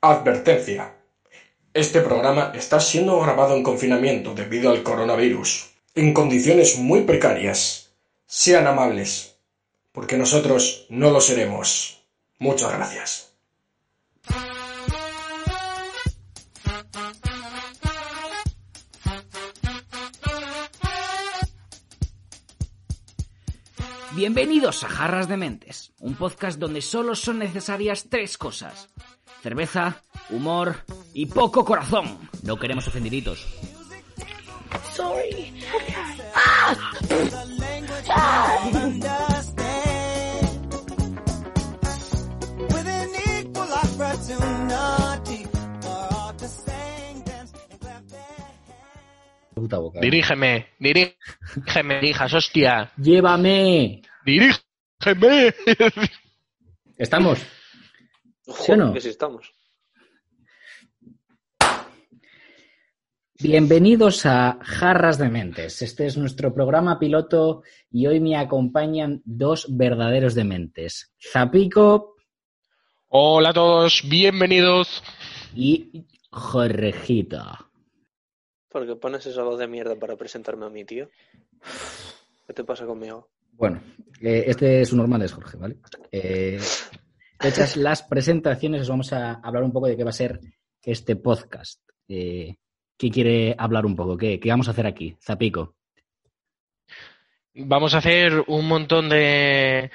Advertencia: este programa está siendo grabado en confinamiento debido al coronavirus, en condiciones muy precarias. Sean amables, porque nosotros no lo seremos. Muchas gracias. Bienvenidos a Jarras de Mentes, un podcast donde solo son necesarias 3 cosas: cerveza, humor y poco corazón. No queremos ofendidito. Sorry. Puta boca. Dirígeme, hijas, hostia. ¡Llévame! ¡Dirígeme! ¿Estamos? ¿Sí o no? Que sí estamos. Bienvenidos a Jarras de Mentes. Este es nuestro programa piloto y hoy me acompañan 2 verdaderos dementes. Zapico Hola a todos, bienvenidos. y Jorgito. ¿Por qué pones esa voz de mierda para presentarme a mí, tío? ¿Qué te pasa conmigo? Bueno, este es un normal, es Jorge, ¿vale? Hechas las presentaciones, os vamos a hablar un poco de qué va a ser este podcast. ¿Quién quiere hablar un poco? ¿Qué vamos a hacer aquí? Zapico. Vamos a hacer un montón de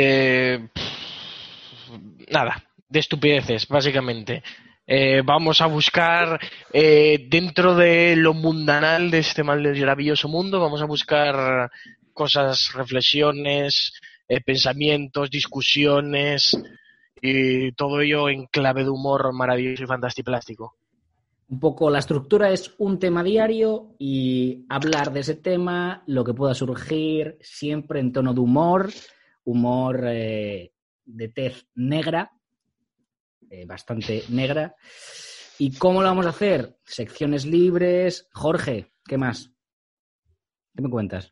estupideces, básicamente. Vamos a buscar dentro de lo mundanal de este maravilloso mundo, vamos a buscar cosas, reflexiones, pensamientos, discusiones y todo ello en clave de humor maravilloso y fantastiplástico. Un poco la estructura es un tema diario y hablar de ese tema, lo que pueda surgir, siempre en tono de humor de tez negra, bastante negra. ¿Y cómo lo vamos a hacer? Secciones libres. Jorge, ¿qué más? ¿Qué me cuentas?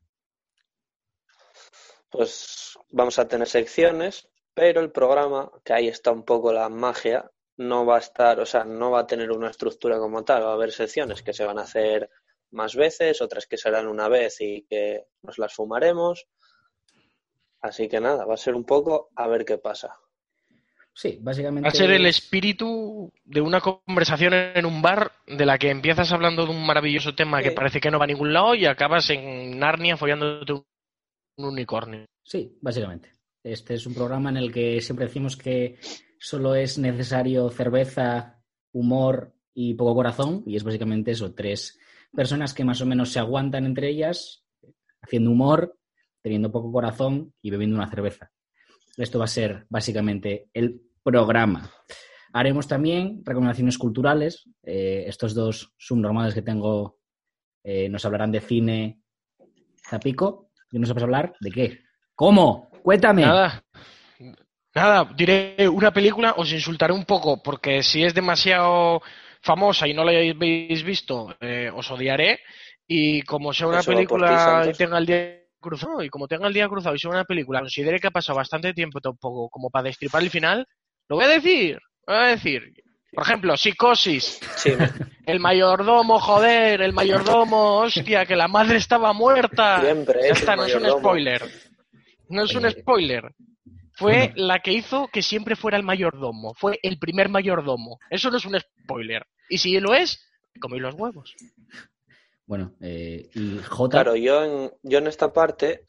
Pues vamos a tener secciones, pero el programa, que ahí está un poco la magia, no va a estar, o sea, no va a tener una estructura como tal. Va a haber secciones que se van a hacer más veces, otras que serán una vez y que nos las fumaremos. Así que nada, va a ser un poco a ver qué pasa. Sí, básicamente... Va a ser el espíritu de una conversación en un bar de la que empiezas hablando de un maravilloso tema que parece que no va a ningún lado y acabas en Narnia follándote un unicornio. Sí, básicamente. Este es un programa en el que siempre decimos que solo es necesario cerveza, humor y poco corazón, y es básicamente eso, 3 personas que más o menos se aguantan entre ellas, haciendo humor, teniendo poco corazón y bebiendo una cerveza. Esto va a ser básicamente el programa. Haremos también recomendaciones culturales. Estos 2 subnormales que tengo nos hablarán de cine. Zapico, ¿y nos vas a hablar de qué? ¿Cómo? Cuéntame. Nada, diré una película, os insultaré un poco, porque si es demasiado famosa y no la habéis visto, os odiaré. Y como sea una película y tenga el día cruzado, y sea una película, considere que ha pasado bastante tiempo tampoco como para destripar el final, lo voy a decir. Por ejemplo, Psicosis. Sí. El mayordomo, joder, hostia, que la madre estaba muerta. Siempre ya es está, el no es un mayordomo. spoiler. No es un spoiler. Fue la que hizo que siempre fuera el mayordomo. Fue el primer mayordomo. Eso no es un spoiler. Y si lo es, coméis los huevos. Bueno, y J... Claro, yo en esta parte,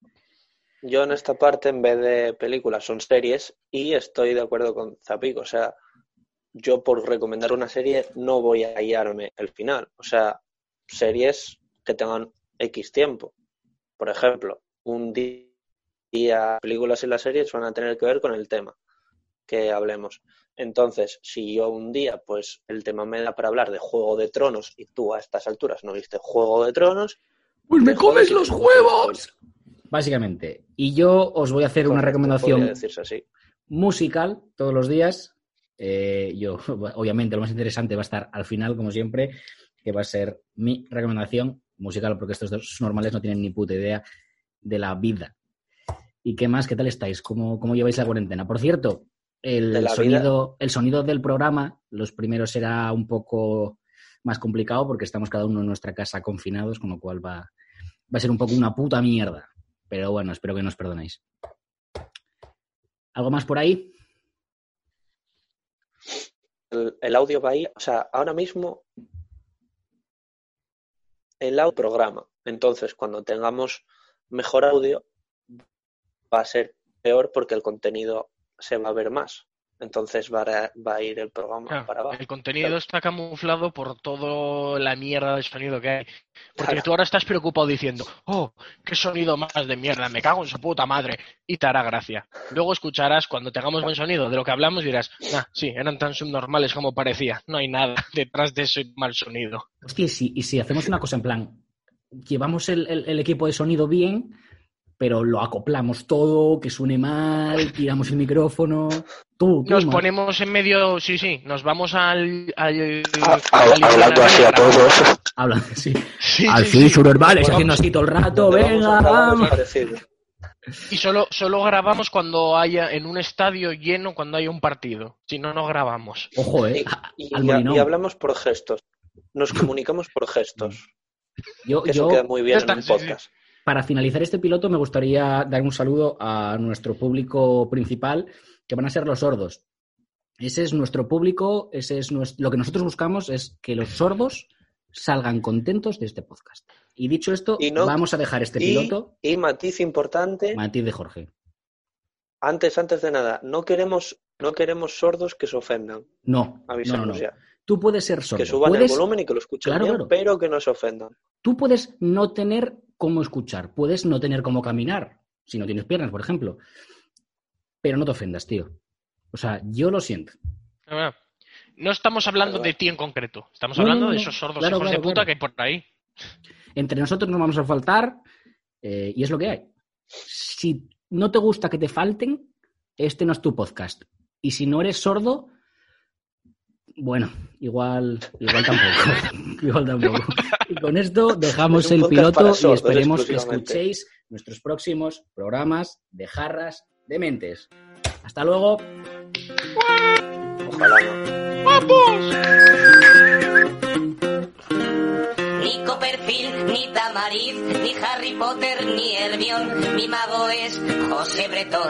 en vez de películas, son series y estoy de acuerdo con Zapico. O sea, yo por recomendar una serie no voy a guiarme el final. O sea, series que tengan X tiempo. Por ejemplo, un día, películas y las series van a tener que ver con el tema que hablemos. Entonces, si yo un día, pues el tema me da para hablar de Juego de Tronos y tú a estas alturas no viste Juego de Tronos, ¡pues me comes los huevos! Básicamente. Y yo os voy a hacer una recomendación musical todos los días. Yo, obviamente, lo más interesante va a estar al final, como siempre, que va a ser mi recomendación musical, porque estos 2 normales no tienen ni puta idea de la vida. ¿Y qué más? ¿Qué tal estáis? ¿Cómo lleváis la cuarentena? Por cierto, el sonido del programa, los primeros será un poco más complicado porque estamos cada uno en nuestra casa confinados, con lo cual va a ser un poco una puta mierda. Pero bueno, espero que nos perdonéis. ¿Algo más por ahí? El audio va ahí, o sea, ahora mismo el audio programa. Entonces, cuando tengamos mejor audio, va a ser peor porque el contenido se va a ver más. Entonces va a ir el programa para abajo. El contenido está camuflado por toda la mierda de sonido que hay. Porque Claro. tú ahora estás preocupado diciendo, oh, qué sonido más de mierda, me cago en su puta madre. Y te hará gracia. Luego escucharás, cuando tengamos buen sonido de lo que hablamos, dirás, sí, eran tan subnormales como parecía. No hay nada detrás de ese mal sonido. Hostia, y si hacemos una cosa en plan, llevamos el equipo de sonido bien, pero lo acoplamos todo, que suene mal, tiramos el micrófono. Nos ponemos en medio, sí, nos vamos al hablando así a todos. Hablan, sí. Al fin, subnormales, haciendo así todo el rato, venga, vamos. Y solo grabamos cuando haya en un estadio lleno, cuando haya un partido. Si no, no grabamos. Ojo, y hablamos por gestos. Nos comunicamos por gestos. Eso queda muy bien en un podcast. Sí. Para finalizar este piloto me gustaría dar un saludo a nuestro público principal, que van a ser los sordos. Ese es nuestro público, lo que nosotros buscamos es que los sordos salgan contentos de este podcast. Y dicho esto, vamos a dejar este piloto. Y matiz importante. Matiz de Jorge. Antes de nada, no queremos sordos que se ofendan. No. Ya. Tú puedes ser sordo. Que suban el volumen y que lo escuchen bien, claro. Pero que no se ofendan. Tú puedes no tener cómo escuchar, puedes no tener cómo caminar, si no tienes piernas, por ejemplo. Pero no te ofendas, tío. O sea, yo lo siento. No estamos hablando de ti en concreto. Estamos hablando de esos sordos hijos de puta que hay por ahí. Entre nosotros nos vamos a faltar y es lo que hay. Si no te gusta que te falten, este no es tu podcast. Y si no eres sordo, bueno, igual tampoco. Igual tampoco. Y con esto dejamos el piloto y esperemos que escuchéis nuestros próximos programas de Jarras de Mentes. Hasta luego. Ojalá no. ¡Vamos! Ni Copperfield, ni Tamariz, ni Harry Potter, ni Hermione. Mi mago es José Bretón.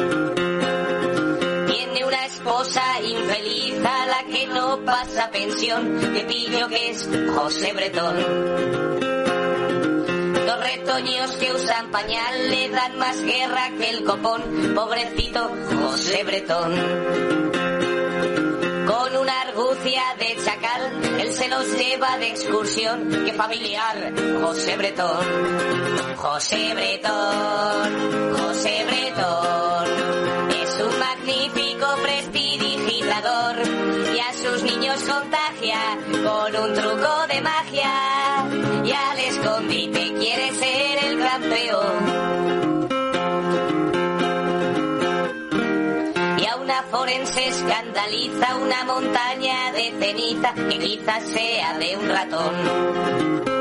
Tiene una esposa infeliz a la que no pasa pensión. Que pillo que es José Bretón. Dos retoños que usan pañal le dan más guerra que el copón. Pobrecito José Bretón. Con una argucia de chacal, él se los lleva de excursión. ¡Qué familiar! José Bretón. José Bretón. José Bretón. Es un magnífico prestidigitador. Y a sus niños contagia con un truco de magia. Y al escondite quiere ser el campeón. Una forense escandaliza una montaña de ceniza que quizás sea de un ratón.